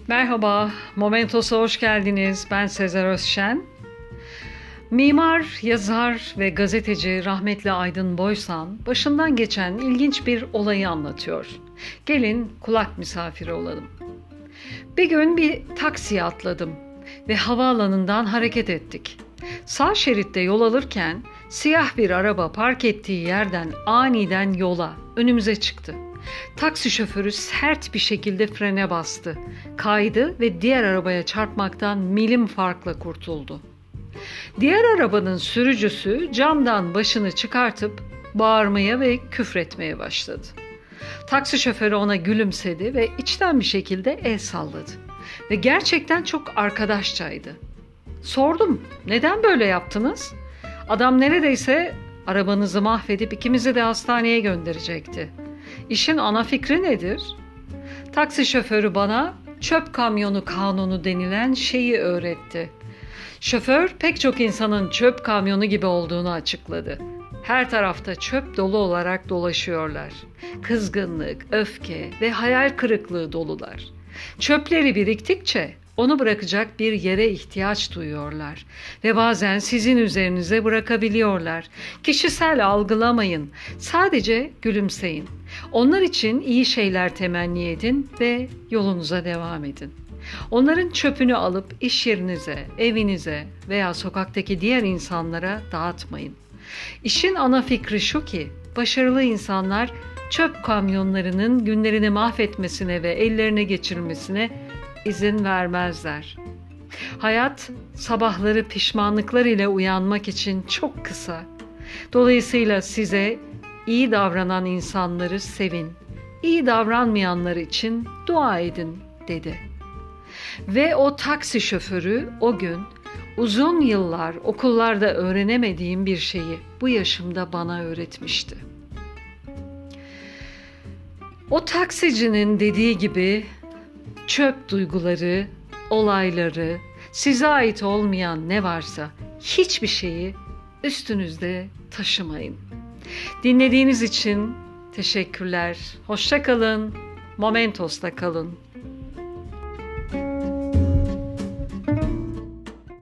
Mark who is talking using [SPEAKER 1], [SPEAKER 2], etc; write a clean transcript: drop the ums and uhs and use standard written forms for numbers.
[SPEAKER 1] Merhaba, Momentos'a hoş geldiniz. Ben Sezer Özşen. Mimar, yazar ve gazeteci rahmetli Aydın Boysan başından geçen ilginç bir olayı anlatıyor. Gelin kulak misafiri olalım. Bir gün bir taksiye atladım ve havaalanından hareket ettik. Sağ şeritte yol alırken siyah bir araba park ettiği yerden aniden yola, önümüze çıktı. Taksi şoförü sert bir şekilde frene bastı, kaydı ve diğer arabaya çarpmaktan milim farkla kurtuldu. Diğer arabanın sürücüsü camdan başını çıkartıp bağırmaya ve küfretmeye başladı. Taksi şoförü ona gülümsedi ve içten bir şekilde el salladı. Ve gerçekten çok arkadaşçaydı. Sordum, neden böyle yaptınız? Adam neredeyse arabanızı mahvedip ikimizi de hastaneye gönderecekti. İşin ana fikri nedir? Taksi şoförü bana çöp kamyonu kanunu denilen şeyi öğretti. Şoför pek çok insanın çöp kamyonu gibi olduğunu açıkladı. Her tarafta çöp dolu olarak dolaşıyorlar. Kızgınlık, öfke ve hayal kırıklığı dolular. Çöpleri biriktikçe onu bırakacak bir yere ihtiyaç duyuyorlar ve bazen sizin üzerinize bırakabiliyorlar. Kişisel algılamayın, sadece gülümseyin. Onlar için iyi şeyler temenni edin ve yolunuza devam edin. Onların çöpünü alıp iş yerinize, evinize veya sokaktaki diğer insanlara dağıtmayın. İşin ana fikri şu ki, başarılı insanlar çöp kamyonlarının günlerini mahvetmesine ve ellerine geçirmesine izin vermezler. Hayat sabahları pişmanlıklar ile uyanmak için çok kısa. Dolayısıyla size iyi davranan insanları sevin, iyi davranmayanlar için dua edin dedi. Ve o taksi şoförü o gün uzun yıllar okullarda öğrenemediğim bir şeyi bu yaşımda bana öğretmişti. O taksicinin dediği gibi çöp duyguları, olayları, size ait olmayan ne varsa hiçbir şeyi üstünüzde taşımayın. Dinlediğiniz için teşekkürler. Hoşça kalın. Momentos'ta kalın.